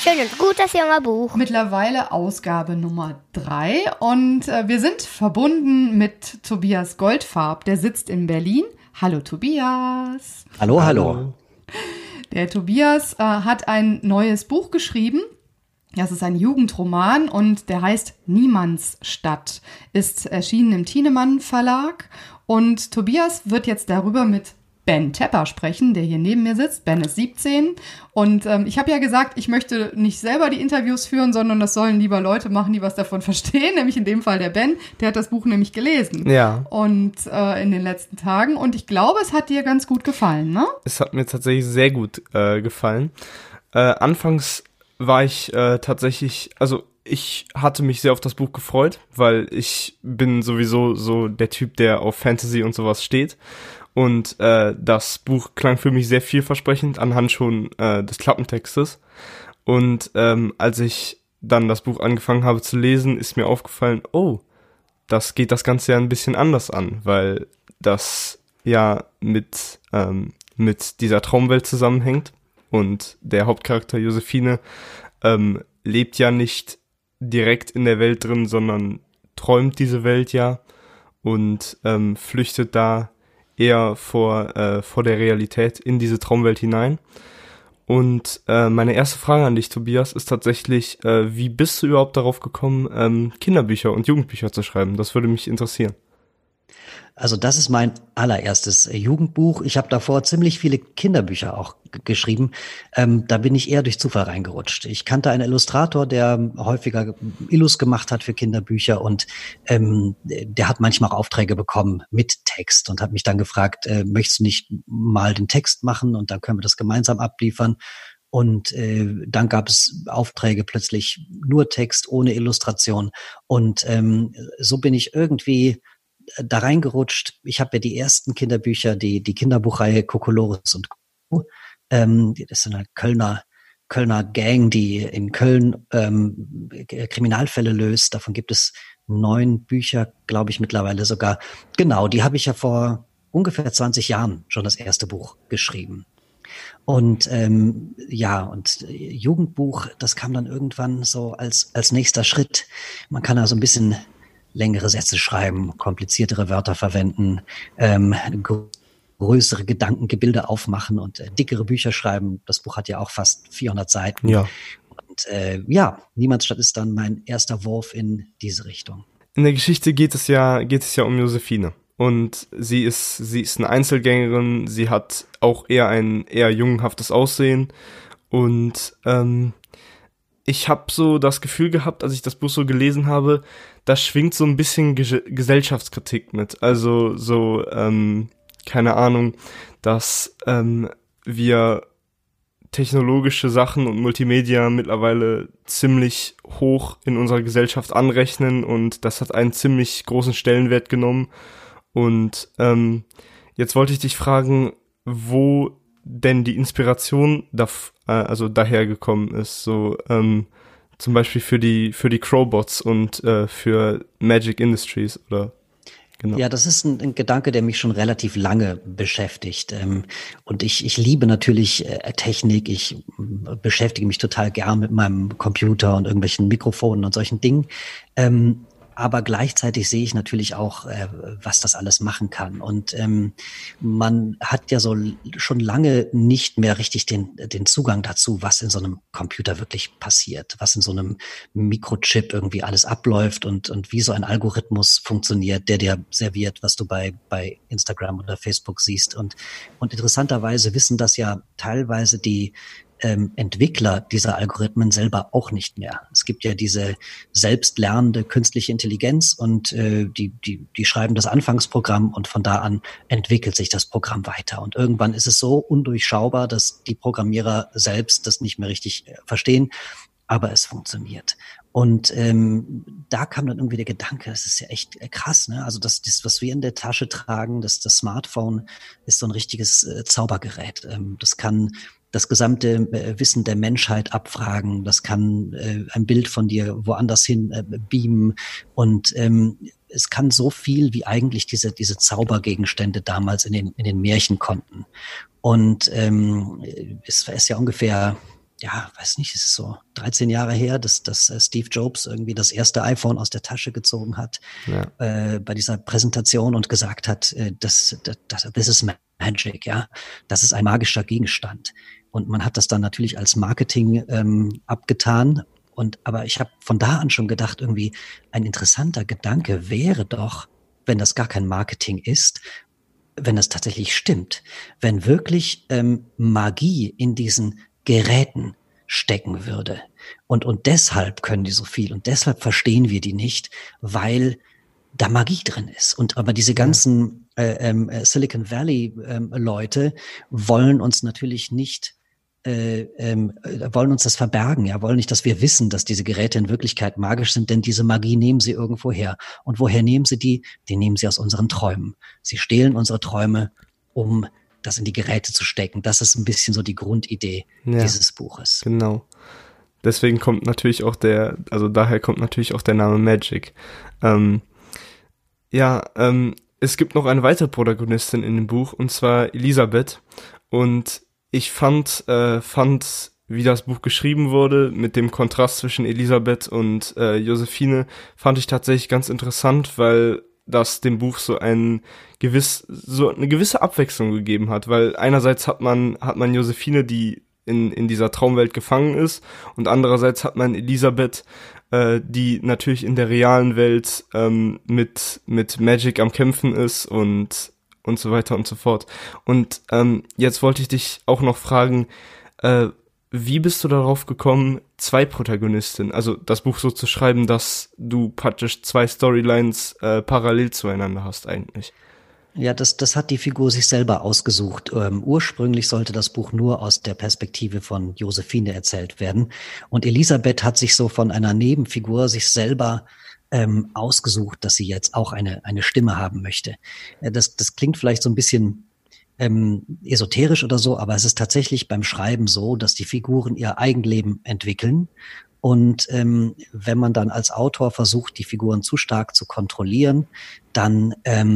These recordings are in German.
Schön und gut, das junge Buch. Mittlerweile Ausgabe Nummer 3 und wir sind verbunden mit Tobias Goldfarb, der sitzt in Berlin. Hallo Tobias. Hallo, hallo. Der Tobias hat ein neues Buch geschrieben. Das ist ein Jugendroman und der heißt Niemandsstadt, ist erschienen im Thienemann Verlag. Und Tobias wird jetzt darüber mit Ben Tepper sprechen, der hier neben mir sitzt. Ben ist 17 und ich habe ja gesagt, ich möchte nicht selber die Interviews führen, sondern das sollen lieber Leute machen, die was davon verstehen, nämlich in dem Fall der Ben, der hat das Buch nämlich gelesen. Ja. Und in den letzten Tagen und ich glaube, es hat dir ganz gut gefallen, ne? Es hat mir tatsächlich sehr gut gefallen. Anfangs war ich tatsächlich, also ich hatte mich sehr auf das Buch gefreut, weil ich bin sowieso so der Typ, der auf Fantasy und sowas steht. Und das Buch klang für mich sehr vielversprechend anhand schon des Klappentextes. Und als ich dann das Buch angefangen habe zu lesen, ist mir aufgefallen, oh, das geht das Ganze ja ein bisschen anders an, weil das ja mit dieser Traumwelt zusammenhängt. Und der Hauptcharakter Josephine lebt ja nicht direkt in der Welt drin, sondern träumt diese Welt ja und flüchtet da eher vor der Realität in diese Traumwelt hinein. Und meine erste Frage an dich, Tobias, ist tatsächlich, wie bist du überhaupt darauf gekommen, Kinderbücher und Jugendbücher zu schreiben? Das würde mich interessieren. Also das ist mein allererstes Jugendbuch. Ich habe davor ziemlich viele Kinderbücher auch geschrieben. Da bin ich eher durch Zufall reingerutscht. Ich kannte einen Illustrator, der häufiger Illus gemacht hat für Kinderbücher und der hat manchmal auch Aufträge bekommen mit Text und hat mich dann gefragt, möchtest du nicht mal den Text machen und dann können wir das gemeinsam abliefern. Und dann gab es Aufträge plötzlich nur Text, ohne Illustration. Und so bin ich irgendwie da reingerutscht. Ich habe ja die ersten Kinderbücher, die Kinderbuchreihe Kokolores und Co. Das ist eine Kölner Gang, die in Köln Kriminalfälle löst. Davon gibt es 9 Bücher, glaube ich, mittlerweile sogar. Genau, die habe ich ja vor ungefähr 20 Jahren schon das erste Buch geschrieben. Und Jugendbuch, das kam dann irgendwann so als nächster Schritt. Man kann also ein bisschen längere Sätze schreiben, kompliziertere Wörter verwenden, größere Gedankengebilde aufmachen und dickere Bücher schreiben. Das Buch hat ja auch fast 400 Seiten. Ja. Und Niemandsstadt ist dann mein erster Wurf in diese Richtung. In der Geschichte geht es ja um Josephine. Und sie ist eine Einzelgängerin, sie hat auch eher ein eher jungenhaftes Aussehen. Und ich habe so das Gefühl gehabt, als ich das Buch so gelesen habe, da schwingt so ein bisschen Gesellschaftskritik mit. Also so, keine Ahnung, dass wir technologische Sachen und Multimedia mittlerweile ziemlich hoch in unserer Gesellschaft anrechnen und das hat einen ziemlich großen Stellenwert genommen. Und jetzt wollte ich dich fragen, wo denn die Inspiration daher gekommen ist, so zum Beispiel für die Crowbots und für Magic Industries oder genau. Ja, das ist ein Gedanke, der mich schon relativ lange beschäftigt. Und ich liebe natürlich Technik. Ich beschäftige mich total gern mit meinem Computer und irgendwelchen Mikrofonen und solchen Dingen. Aber gleichzeitig sehe ich natürlich auch, was das alles machen kann. Und man hat ja so schon lange nicht mehr richtig den Zugang dazu, was in so einem Computer wirklich passiert, was in so einem Mikrochip irgendwie alles abläuft und wie so ein Algorithmus funktioniert, der dir serviert, was du bei Instagram oder Facebook siehst. Und interessanterweise wissen das ja teilweise die Entwickler dieser Algorithmen selber auch nicht mehr. Es gibt ja diese selbstlernende künstliche Intelligenz und die schreiben das Anfangsprogramm und von da an entwickelt sich das Programm weiter. Und irgendwann ist es so undurchschaubar, dass die Programmierer selbst das nicht mehr richtig verstehen, aber es funktioniert. Und da kam dann irgendwie der Gedanke, das ist ja echt krass, ne? Also das, was wir in der Tasche tragen, das Smartphone ist so ein richtiges Zaubergerät. Das kann das gesamte Wissen der Menschheit abfragen. Das kann ein Bild von dir woanders hin beamen. Und es kann so viel, wie eigentlich diese Zaubergegenstände damals in den Märchen konnten. Und es ist ja ungefähr ja, weiß nicht, es ist so 13 Jahre her, dass Steve Jobs irgendwie das erste iPhone aus der Tasche gezogen hat, bei dieser Präsentation und gesagt hat, this is magic, ja, das ist ein magischer Gegenstand. Und man hat das dann natürlich als Marketing abgetan. Aber ich habe von da an schon gedacht, irgendwie ein interessanter Gedanke wäre doch, wenn das gar kein Marketing ist, wenn das tatsächlich stimmt, wenn wirklich Magie in diesen Geräten stecken würde. Und deshalb können die so viel und deshalb verstehen wir die nicht, weil da Magie drin ist. Aber diese ganzen Silicon Valley Leute wollen uns natürlich nicht wollen uns das verbergen, ja, wollen nicht, dass wir wissen, dass diese Geräte in Wirklichkeit magisch sind, denn diese Magie nehmen sie irgendwo her. Und woher nehmen sie die? Die nehmen sie aus unseren Träumen. Sie stehlen unsere Träume, um das in die Geräte zu stecken. Das ist ein bisschen so die Grundidee dieses Buches. Genau. Deswegen kommt natürlich auch daher kommt natürlich auch der Name Magic. Es gibt noch eine weitere Protagonistin in dem Buch, und zwar Elisabeth. Und ich fand, wie das Buch geschrieben wurde, mit dem Kontrast zwischen Elisabeth und Josephine, fand ich tatsächlich ganz interessant, weil das dem Buch so eine gewisse Abwechslung gegeben hat, weil einerseits hat man Josephine, die in dieser Traumwelt gefangen ist, und andererseits hat man Elisabeth, die natürlich in der realen Welt mit Magic am Kämpfen ist und so weiter und so fort. Und jetzt wollte ich dich auch noch fragen, wie bist du darauf gekommen, zwei Protagonistinnen, also das Buch so zu schreiben, dass du praktisch zwei Storylines parallel zueinander hast eigentlich? Ja, das hat die Figur sich selber ausgesucht. Ursprünglich sollte das Buch nur aus der Perspektive von Josephine erzählt werden. Und Elisabeth hat sich so von einer Nebenfigur sich selber ausgesucht, dass sie jetzt auch eine Stimme haben möchte. Das klingt vielleicht so ein bisschen esoterisch oder so, aber es ist tatsächlich beim Schreiben so, dass die Figuren ihr Eigenleben entwickeln. Und wenn man dann als Autor versucht, die Figuren zu stark zu kontrollieren, dann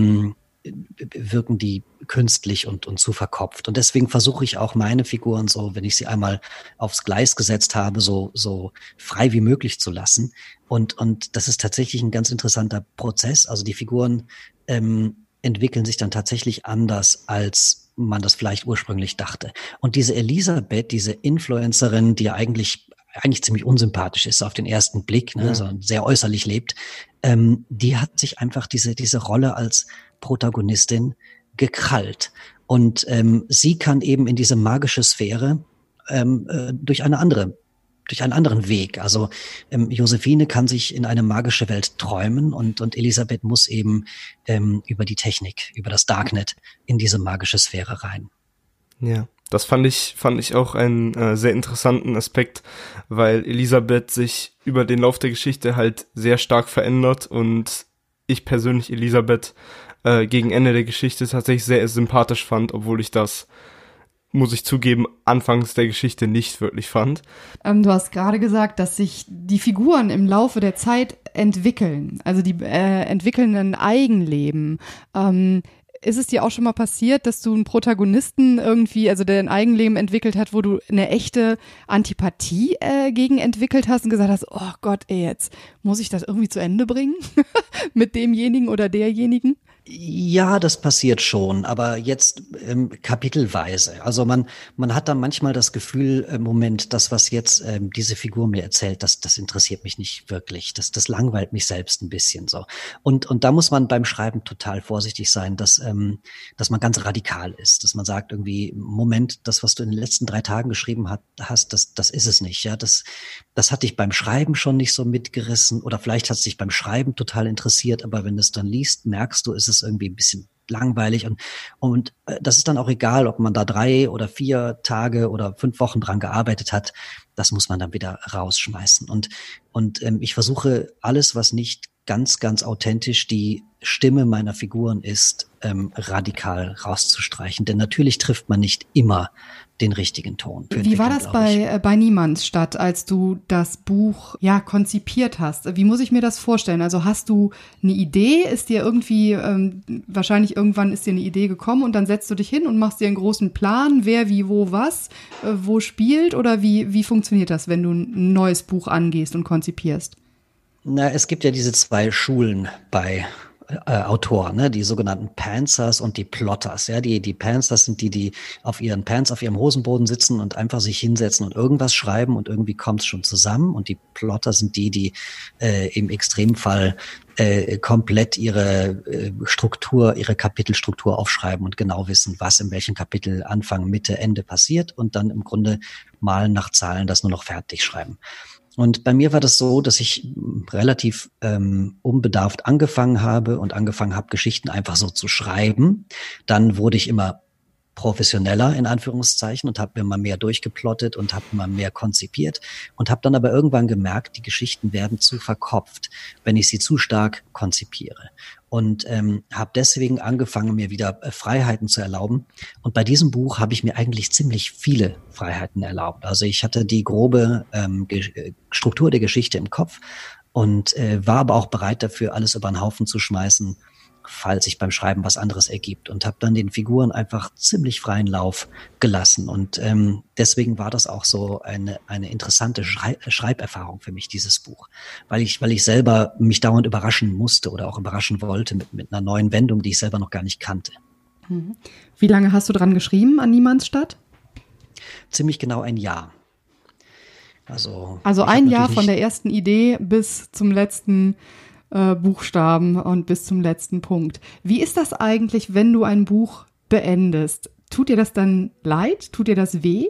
wirken die künstlich und zu verkopft. Und deswegen versuche ich auch meine Figuren so, wenn ich sie einmal aufs Gleis gesetzt habe, so frei wie möglich zu lassen. Und das ist tatsächlich ein ganz interessanter Prozess. Also die Figuren entwickeln sich dann tatsächlich anders, als man das vielleicht ursprünglich dachte. Und diese Elisabeth, diese Influencerin, die ja eigentlich ziemlich unsympathisch ist auf den ersten Blick, ne, so sehr äußerlich lebt, die hat sich einfach diese Rolle als Protagonistin gekrallt. Und sie kann eben in diese magische Sphäre durch einen anderen Weg. Also Josephine kann sich in eine magische Welt träumen und Elisabeth muss eben über die Technik, über das Darknet in diese magische Sphäre rein. Ja, das fand ich auch einen sehr interessanten Aspekt, weil Elisabeth sich über den Lauf der Geschichte halt sehr stark verändert und ich persönlich Elisabeth gegen Ende der Geschichte tatsächlich sehr sympathisch fand, obwohl ich das, muss ich zugeben, anfangs der Geschichte nicht wirklich fand. Du hast gerade gesagt, dass sich die Figuren im Laufe der Zeit entwickeln, also die entwickeln ein Eigenleben. Ist es dir auch schon mal passiert, dass du einen Protagonisten irgendwie, also der ein Eigenleben entwickelt hat, wo du eine echte Antipathie gegen entwickelt hast und gesagt hast, oh Gott, jetzt muss ich das irgendwie zu Ende bringen mit demjenigen oder derjenigen? Ja, das passiert schon, aber jetzt kapitelweise. Also man hat da manchmal das Gefühl, Moment, das, was jetzt diese Figur mir erzählt, das interessiert mich nicht wirklich. Das langweilt mich selbst ein bisschen so. Und da muss man beim Schreiben total vorsichtig sein, dass man ganz radikal ist, dass man sagt irgendwie, Moment, das, was du in den letzten 3 Tagen geschrieben hast, das ist es nicht. Ja, das hat dich beim Schreiben schon nicht so mitgerissen oder vielleicht hat es dich beim Schreiben total interessiert, aber wenn du es dann liest, merkst du, ist es irgendwie ein bisschen langweilig und das ist dann auch egal, ob man da 3 oder 4 Tage oder 5 Wochen dran gearbeitet hat, das muss man dann wieder rausschmeißen und ich versuche alles, was nicht ganz, ganz authentisch die Stimme meiner Figuren ist, radikal rauszustreichen. Denn natürlich trifft man nicht immer den richtigen Ton. Wie war das bei Niemandsstadt, als du das Buch konzipiert hast? Wie muss ich mir das vorstellen? Also hast du eine Idee? Ist dir irgendwie, wahrscheinlich irgendwann ist dir eine Idee gekommen und dann setzt du dich hin und machst dir einen großen Plan, wer, wie, wo, was, wo spielt? Oder wie funktioniert das, wenn du ein neues Buch angehst und konzipierst? Na, es gibt ja diese zwei Schulen bei Autoren, ne? Die sogenannten Pantsers und die Plotters. Ja, die Pantsers sind die auf ihren Pants, auf ihrem Hosenboden sitzen und einfach sich hinsetzen und irgendwas schreiben und irgendwie kommt es schon zusammen. Und die Plotter sind die im Extremfall komplett ihre ihre Kapitelstruktur aufschreiben und genau wissen, was in welchem Kapitel Anfang, Mitte, Ende passiert und dann im Grunde malen nach Zahlen das nur noch fertig schreiben. Und bei mir war das so, dass ich relativ unbedarft angefangen habe Geschichten einfach so zu schreiben. Dann wurde ich immer professioneller in Anführungszeichen und habe mir mal mehr durchgeplottet und habe mal mehr konzipiert und habe dann aber irgendwann gemerkt, die Geschichten werden zu verkopft, wenn ich sie zu stark konzipiere. Und habe deswegen angefangen, mir wieder Freiheiten zu erlauben. Und bei diesem Buch habe ich mir eigentlich ziemlich viele Freiheiten erlaubt. Also ich hatte die grobe Struktur der Geschichte im Kopf und war aber auch bereit dafür, alles über den Haufen zu schmeißen, falls sich beim Schreiben was anderes ergibt, und habe dann den Figuren einfach ziemlich freien Lauf gelassen. Und deswegen war das auch so eine interessante Schreiberfahrung für mich, dieses Buch, weil ich selber mich dauernd überraschen musste oder auch überraschen wollte mit einer neuen Wendung, die ich selber noch gar nicht kannte. Wie lange hast du dran geschrieben an Niemandsstadt? Ziemlich genau ein Jahr. Also ein Jahr von der ersten Idee bis zum letzten Buchstaben und bis zum letzten Punkt. Wie ist das eigentlich, wenn du ein Buch beendest? Tut dir das dann leid? Tut dir das weh,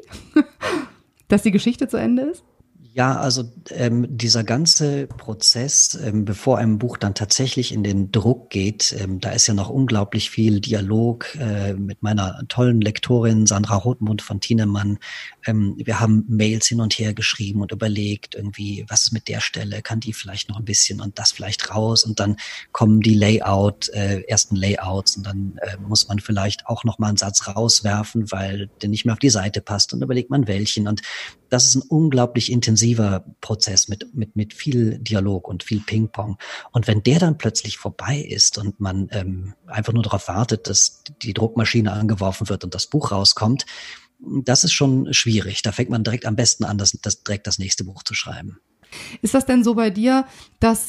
dass die Geschichte zu Ende ist? Ja, also dieser ganze Prozess, bevor ein Buch dann tatsächlich in den Druck geht, da ist ja noch unglaublich viel Dialog mit meiner tollen Lektorin Sandra Rothmund von Thienemann. Wir haben Mails hin und her geschrieben und überlegt, irgendwie, was ist mit der Stelle, kann die vielleicht noch ein bisschen und das vielleicht raus, und dann kommen die ersten Layouts, und dann muss man vielleicht auch noch mal einen Satz rauswerfen, weil der nicht mehr auf die Seite passt, und überlegt man welchen, und das ist ein unglaublich intensiver Prozess mit viel Dialog und viel Ping-Pong. Und wenn der dann plötzlich vorbei ist und man einfach nur darauf wartet, dass die Druckmaschine angeworfen wird und das Buch rauskommt, das ist schon schwierig. Da fängt man direkt am besten an, direkt das nächste Buch zu schreiben. Ist das denn so bei dir, dass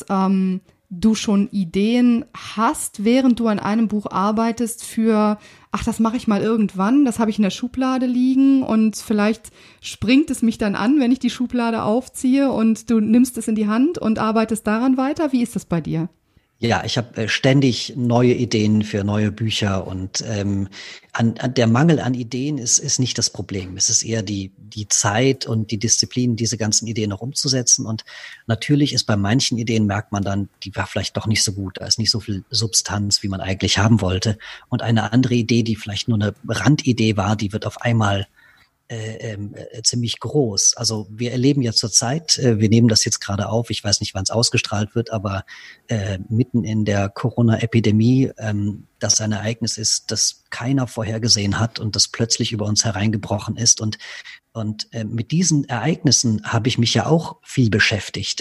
du schon Ideen hast, während du an einem Buch arbeitest das mache ich mal irgendwann, das habe ich in der Schublade liegen und vielleicht springt es mich dann an, wenn ich die Schublade aufziehe und du nimmst es in die Hand und arbeitest daran weiter? Wie ist das bei dir? Ja, ich habe ständig neue Ideen für neue Bücher, und der Mangel an Ideen ist nicht das Problem. Es ist eher die Zeit und die Disziplin, diese ganzen Ideen noch umzusetzen. Und natürlich ist bei manchen Ideen, merkt man dann, die war vielleicht doch nicht so gut. Da ist nicht so viel Substanz, wie man eigentlich haben wollte. Und eine andere Idee, die vielleicht nur eine Randidee war, die wird auf einmal ziemlich groß. Also wir erleben ja zurzeit, wir nehmen das jetzt gerade auf, ich weiß nicht, wann es ausgestrahlt wird, aber mitten in der Corona-Epidemie, das ein Ereignis ist, das keiner vorhergesehen hat und das plötzlich über uns hereingebrochen ist. Und mit diesen Ereignissen habe ich mich ja auch viel beschäftigt.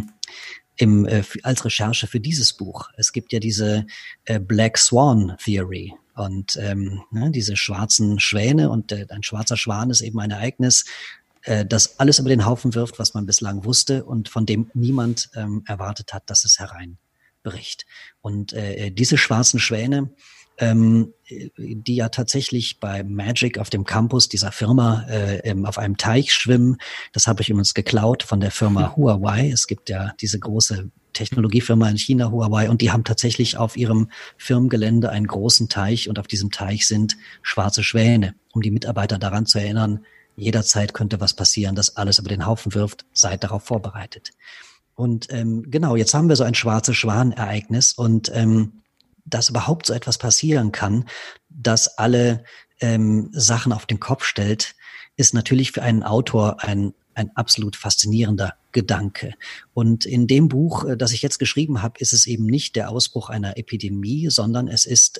Als Recherche für dieses Buch. Es gibt ja diese Black Swan Theory und diese schwarzen Schwäne, und ein schwarzer Schwan ist eben ein Ereignis, das alles über den Haufen wirft, was man bislang wusste und von dem niemand erwartet hat, dass es hereinbricht. Und diese schwarzen Schwäne, die ja tatsächlich bei Magic auf dem Campus dieser Firma auf einem Teich schwimmen. Das habe ich übrigens geklaut von der Firma Huawei. Es gibt ja diese große Technologiefirma in China, Huawei, und die haben tatsächlich auf ihrem Firmengelände einen großen Teich, und auf diesem Teich sind schwarze Schwäne, um die Mitarbeiter daran zu erinnern, jederzeit könnte was passieren, das alles über den Haufen wirft, seid darauf vorbereitet. Und genau, jetzt haben wir so ein schwarze Schwan-Ereignis, und dass überhaupt so etwas passieren kann, dass alle Sachen auf den Kopf stellt, ist natürlich für einen Autor ein ein absolut faszinierender Gedanke. Und in dem Buch, das ich jetzt geschrieben habe, ist es eben nicht der Ausbruch einer Epidemie, sondern es ist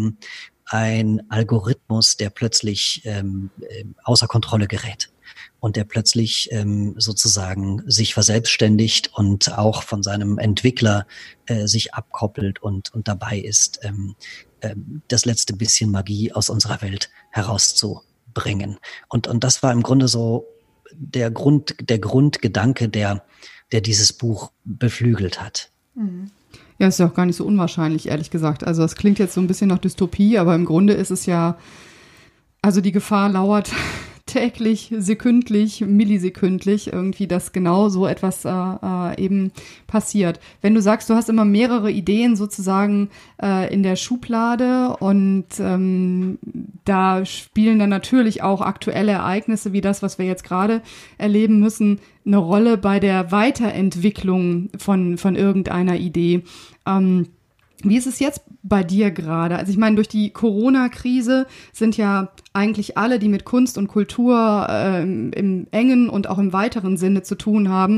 ein Algorithmus, der plötzlich außer Kontrolle gerät und der plötzlich sozusagen sich verselbstständigt und auch von seinem Entwickler sich abkoppelt und dabei ist, das letzte bisschen Magie aus unserer Welt herauszubringen. Und das war im Grunde so der Grundgedanke, der dieses Buch beflügelt hat. Mhm. Ja, ist ja auch gar nicht so unwahrscheinlich, ehrlich gesagt. Also das klingt jetzt so ein bisschen nach Dystopie, aber im Grunde ist es ja, also die Gefahr lauert täglich, sekündlich, millisekündlich irgendwie, dass genau so etwas eben passiert. Wenn du sagst, du hast immer mehrere Ideen sozusagen in der Schublade und da spielen dann natürlich auch aktuelle Ereignisse wie das, was wir jetzt gerade erleben müssen, eine Rolle bei der Weiterentwicklung von irgendeiner Idee. Wie ist es jetzt bei dir gerade? Also ich meine, durch die Corona-Krise sind ja eigentlich alle, die mit Kunst und Kultur im engen und auch im weiteren Sinne zu tun haben,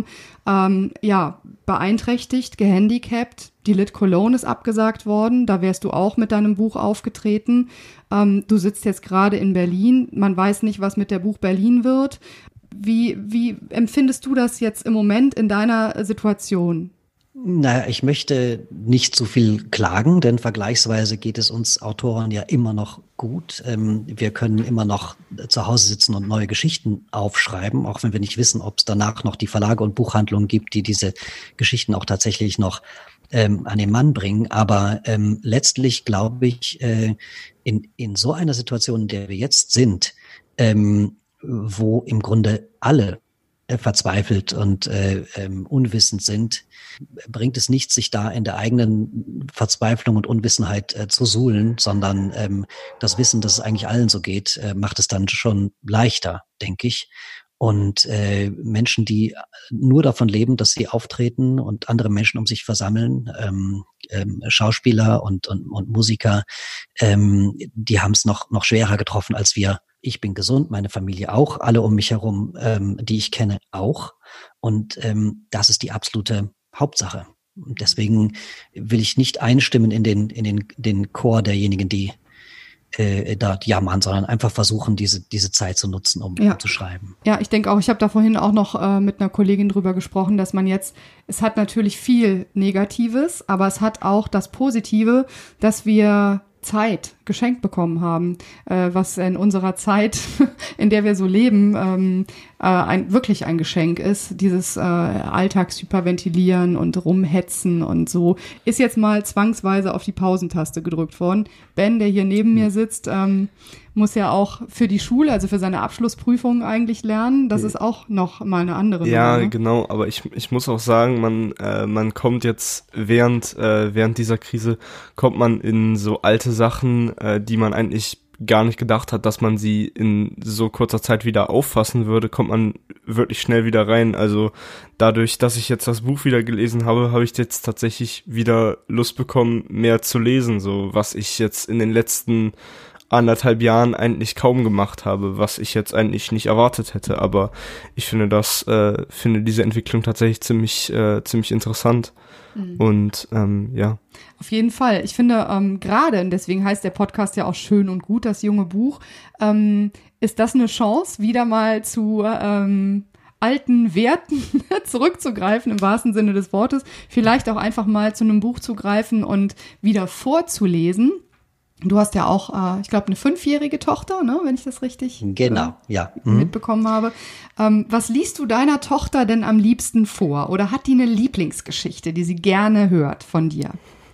beeinträchtigt, gehandicapt. Die Lit Cologne ist abgesagt worden. Da wärst du auch mit deinem Buch aufgetreten. Du sitzt jetzt gerade in Berlin. Man weiß nicht, was mit der Buch Berlin wird. Wie empfindest du das jetzt im Moment in deiner Situation? Naja, ich möchte nicht zu viel klagen, denn vergleichsweise geht es uns Autoren ja immer noch gut. Wir können immer noch zu Hause sitzen und neue Geschichten aufschreiben, auch wenn wir nicht wissen, ob es danach noch die Verlage und Buchhandlungen gibt, die diese Geschichten auch tatsächlich noch an den Mann bringen. Aber letztlich glaube ich, in so einer Situation, in der wir jetzt sind, wo im Grunde alle verzweifelt und unwissend sind, bringt es nichts, sich da in der eigenen Verzweiflung und Unwissenheit zu suhlen, sondern das Wissen, dass es eigentlich allen so geht, macht es dann schon leichter, denke ich. Und Menschen, die nur davon leben, dass sie auftreten und andere Menschen um sich versammeln, Schauspieler und Musiker, die haben es noch schwerer getroffen als wir. Ich bin gesund, meine Familie auch, alle um mich herum, die ich kenne, auch. Und das ist die absolute Hauptsache. Und deswegen will ich nicht einstimmen in den Chor derjenigen, die da jammern, sondern einfach versuchen, diese Zeit zu nutzen, um zu schreiben. Ja, ich denke auch, ich habe da vorhin auch noch mit einer Kollegin drüber gesprochen, dass man jetzt, es hat natürlich viel Negatives, aber es hat auch das Positive, dass wir Zeit geschenkt bekommen haben, was in unserer Zeit, in der wir so leben, wirklich ein Geschenk ist. Dieses Alltagshyperventilieren und Rumhetzen und so ist jetzt mal zwangsweise auf die Pausentaste gedrückt worden. Ben, der hier neben mir sitzt, muss ja auch für die Schule, also für seine Abschlussprüfung eigentlich lernen. Das ist auch noch mal eine andere Nummer. Ja, genau, aber ich muss auch sagen, man kommt jetzt während dieser Krise, kommt man in so alte Sachen, die man eigentlich gar nicht gedacht hat, dass man sie in so kurzer Zeit wieder auffassen würde, kommt man wirklich schnell wieder rein. Also dadurch, dass ich jetzt das Buch wieder gelesen habe, habe ich jetzt tatsächlich wieder Lust bekommen, mehr zu lesen, so was ich jetzt in den letzten 1,5 Jahren eigentlich kaum gemacht habe, was ich jetzt eigentlich nicht erwartet hätte. Aber ich finde diese Entwicklung tatsächlich ziemlich interessant. Und ja. Auf jeden Fall. Ich finde gerade, und deswegen heißt der Podcast ja auch Schön und Gut, das junge Buch, ist das eine Chance, wieder mal zu alten Werten zurückzugreifen, im wahrsten Sinne des Wortes. Vielleicht auch einfach mal zu einem Buch zu greifen und wieder vorzulesen. Du hast ja auch, ich glaube, eine 5-jährige Tochter, ne, wenn ich das richtig mitbekommen habe. Was liest du deiner Tochter denn am liebsten vor? Oder hat die eine Lieblingsgeschichte, die sie gerne hört von dir?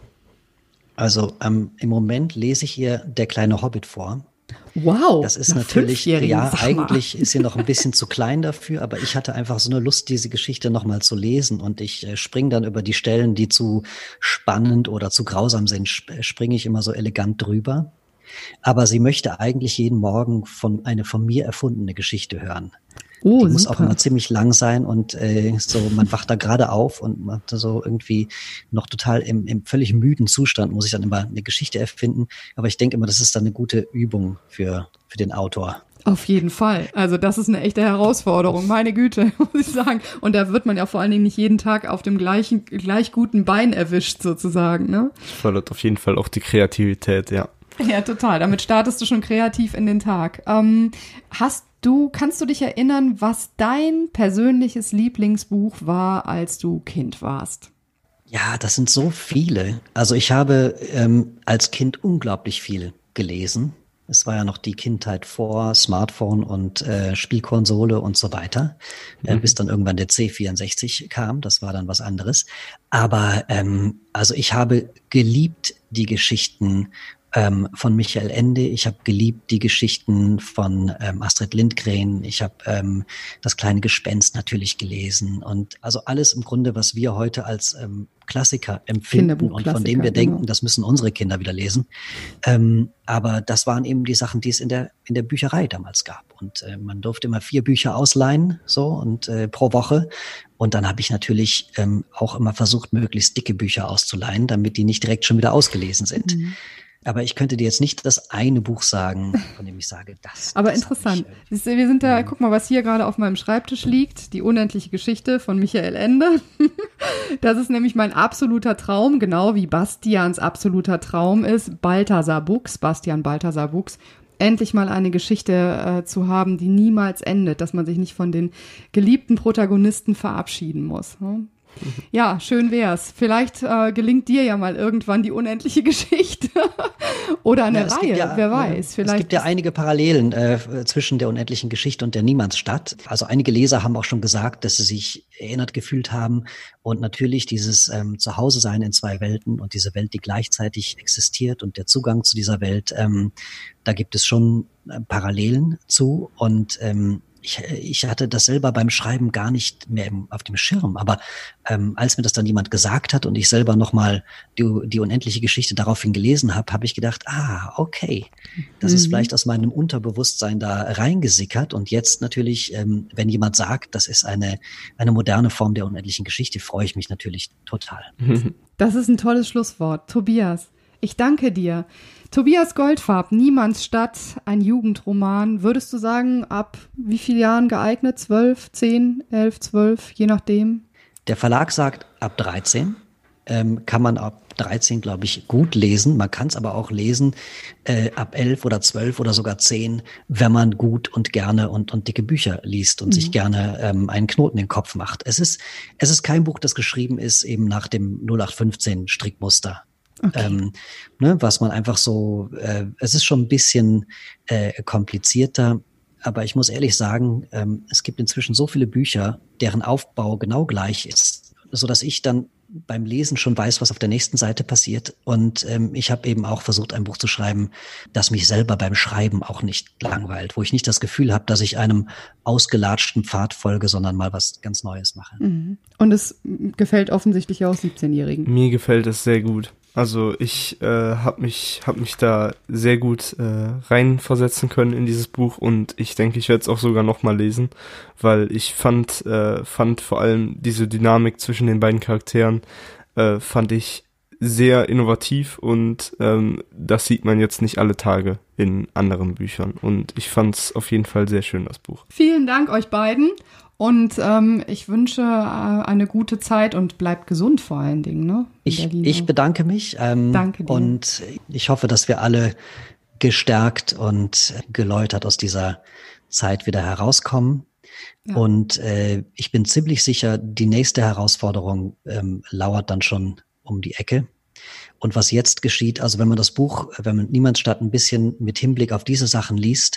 Also im Moment lese ich ihr Der kleine Hobbit vor. Wow. Das ist natürlich, eigentlich ist sie noch ein bisschen zu klein dafür, aber ich hatte einfach so eine Lust, diese Geschichte nochmal zu lesen und ich springe dann über die Stellen, die zu spannend oder zu grausam sind, springe ich immer so elegant drüber. Aber sie möchte eigentlich jeden Morgen eine von mir erfundene Geschichte hören. Oh, die muss super. auch immer ziemlich lang sein und so, man wacht da gerade auf und man hat so irgendwie noch total im völlig müden Zustand, muss ich dann immer eine Geschichte erfinden. Aber ich denke immer, das ist dann eine gute Übung für den Autor. Auf jeden Fall. Also das ist eine echte Herausforderung, meine Güte, muss ich sagen. Und da wird man ja vor allen Dingen nicht jeden Tag auf dem gleich guten Bein erwischt, sozusagen, ne? Fördert auf jeden Fall auch die Kreativität, ja. Ja, total. Damit startest du schon kreativ in den Tag. Kannst du dich erinnern, was dein persönliches Lieblingsbuch war, als du Kind warst? Ja, das sind so viele. Also ich habe als Kind unglaublich viel gelesen. Es war ja noch die Kindheit vor Smartphone und Spielkonsole und so weiter, bis dann irgendwann der C64 kam. Das war dann was anderes. Aber also ich habe geliebt die Geschichten von Michael Ende. Ich habe geliebt die Geschichten von Astrid Lindgren. Ich habe das kleine Gespenst natürlich gelesen und also alles im Grunde, was wir heute als Klassiker empfinden und von dem wir denken, das müssen unsere Kinder wieder lesen. Aber das waren eben die Sachen, die es in der Bücherei damals gab. Und man durfte immer 4 Bücher ausleihen, so und pro Woche. Und dann habe ich natürlich auch immer versucht, möglichst dicke Bücher auszuleihen, damit die nicht direkt schon wieder ausgelesen sind. Mhm. Aber ich könnte dir jetzt nicht das eine Buch sagen, von dem ich sage, das. Aber das interessant. Wir sind da, guck mal, was hier gerade auf meinem Schreibtisch liegt. Die unendliche Geschichte von Michael Ende. Das ist nämlich mein absoluter Traum, genau wie Bastians absoluter Traum ist. Bastian Balthasar Buchs. Endlich mal eine Geschichte zu haben, die niemals endet, dass man sich nicht von den geliebten Protagonisten verabschieden muss. Ne? Ja, schön wär's. Vielleicht gelingt dir ja mal irgendwann die unendliche Geschichte oder eine Reihe, wer weiß. Vielleicht es gibt ja einige Parallelen zwischen der unendlichen Geschichte und der Niemandsstadt. Also einige Leser haben auch schon gesagt, dass sie sich erinnert gefühlt haben und natürlich dieses Zuhause-Sein in 2 Welten und diese Welt, die gleichzeitig existiert und der Zugang zu dieser Welt, da gibt es schon Parallelen zu und ich hatte das selber beim Schreiben gar nicht mehr auf dem Schirm, aber als mir das dann jemand gesagt hat und ich selber nochmal die unendliche Geschichte daraufhin gelesen habe, habe ich gedacht, okay, das ist vielleicht aus meinem Unterbewusstsein da reingesickert und jetzt natürlich, wenn jemand sagt, das ist eine moderne Form der unendlichen Geschichte, freue ich mich natürlich total. Das ist ein tolles Schlusswort. Tobias, ich danke dir. Tobias Goldfarb, Niemandsstadt, ein Jugendroman. Würdest du sagen, ab wie vielen Jahren geeignet? 12, 10, 11, 12, je nachdem? Der Verlag sagt ab 13. Kann man ab 13, glaube ich, gut lesen. Man kann es aber auch lesen ab 11 oder 12 oder sogar 10, wenn man gut und gerne und dicke Bücher liest und sich gerne einen Knoten in den Kopf macht. Es ist kein Buch, das geschrieben ist eben nach dem 0815 Strickmuster. Okay. Was man einfach so, es ist schon ein bisschen komplizierter, aber ich muss ehrlich sagen, es gibt inzwischen so viele Bücher, deren Aufbau genau gleich ist, so dass ich dann beim Lesen schon weiß, was auf der nächsten Seite passiert. Und ich habe eben auch versucht, ein Buch zu schreiben, das mich selber beim Schreiben auch nicht langweilt, wo ich nicht das Gefühl habe, dass ich einem ausgelatschten Pfad folge, sondern mal was ganz Neues mache. Und es gefällt offensichtlich auch 17-Jährigen. Mir gefällt es sehr gut. Also ich hab mich da sehr gut reinversetzen können in dieses Buch und ich denke, ich werde es auch sogar nochmal lesen, weil ich fand vor allem diese Dynamik zwischen den beiden Charakteren fand ich sehr innovativ und das sieht man jetzt nicht alle Tage in anderen Büchern und ich fand es auf jeden Fall sehr schön, das Buch. Vielen Dank euch beiden. Und ich wünsche eine gute Zeit und bleibt gesund vor allen Dingen. Ne? Ich bedanke mich. Danke dir. Und ich hoffe, dass wir alle gestärkt und geläutert aus dieser Zeit wieder herauskommen. Ja. Und ich bin ziemlich sicher, die nächste Herausforderung lauert dann schon um die Ecke. Und was jetzt geschieht, also wenn man Niemandsstadt ein bisschen mit Hinblick auf diese Sachen liest,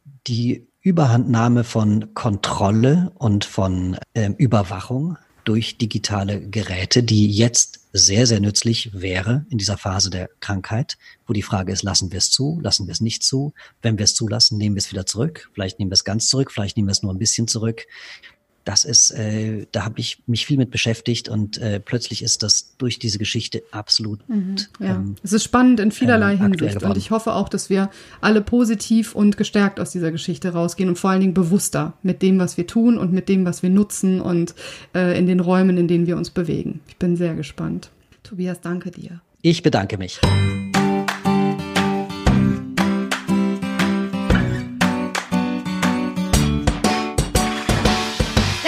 die Überhandnahme von Kontrolle und von Überwachung durch digitale Geräte, die jetzt sehr, sehr nützlich wäre in dieser Phase der Krankheit, wo die Frage ist, lassen wir es zu, lassen wir es nicht zu? Wenn wir es zulassen, nehmen wir es wieder zurück. Vielleicht nehmen wir es ganz zurück, vielleicht nehmen wir es nur ein bisschen zurück. Das ist, da habe ich mich viel mit beschäftigt und plötzlich ist das durch diese Geschichte absolut. Ja. Es ist spannend in vielerlei Hinsicht und ich hoffe auch, dass wir alle positiv und gestärkt aus dieser Geschichte rausgehen und vor allen Dingen bewusster mit dem, was wir tun und mit dem, was wir nutzen und in den Räumen, in denen wir uns bewegen. Ich bin sehr gespannt. Tobias, danke dir. Ich bedanke mich.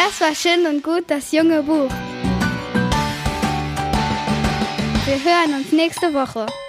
Das war Schön und Gut, das junge Buch. Wir hören uns nächste Woche.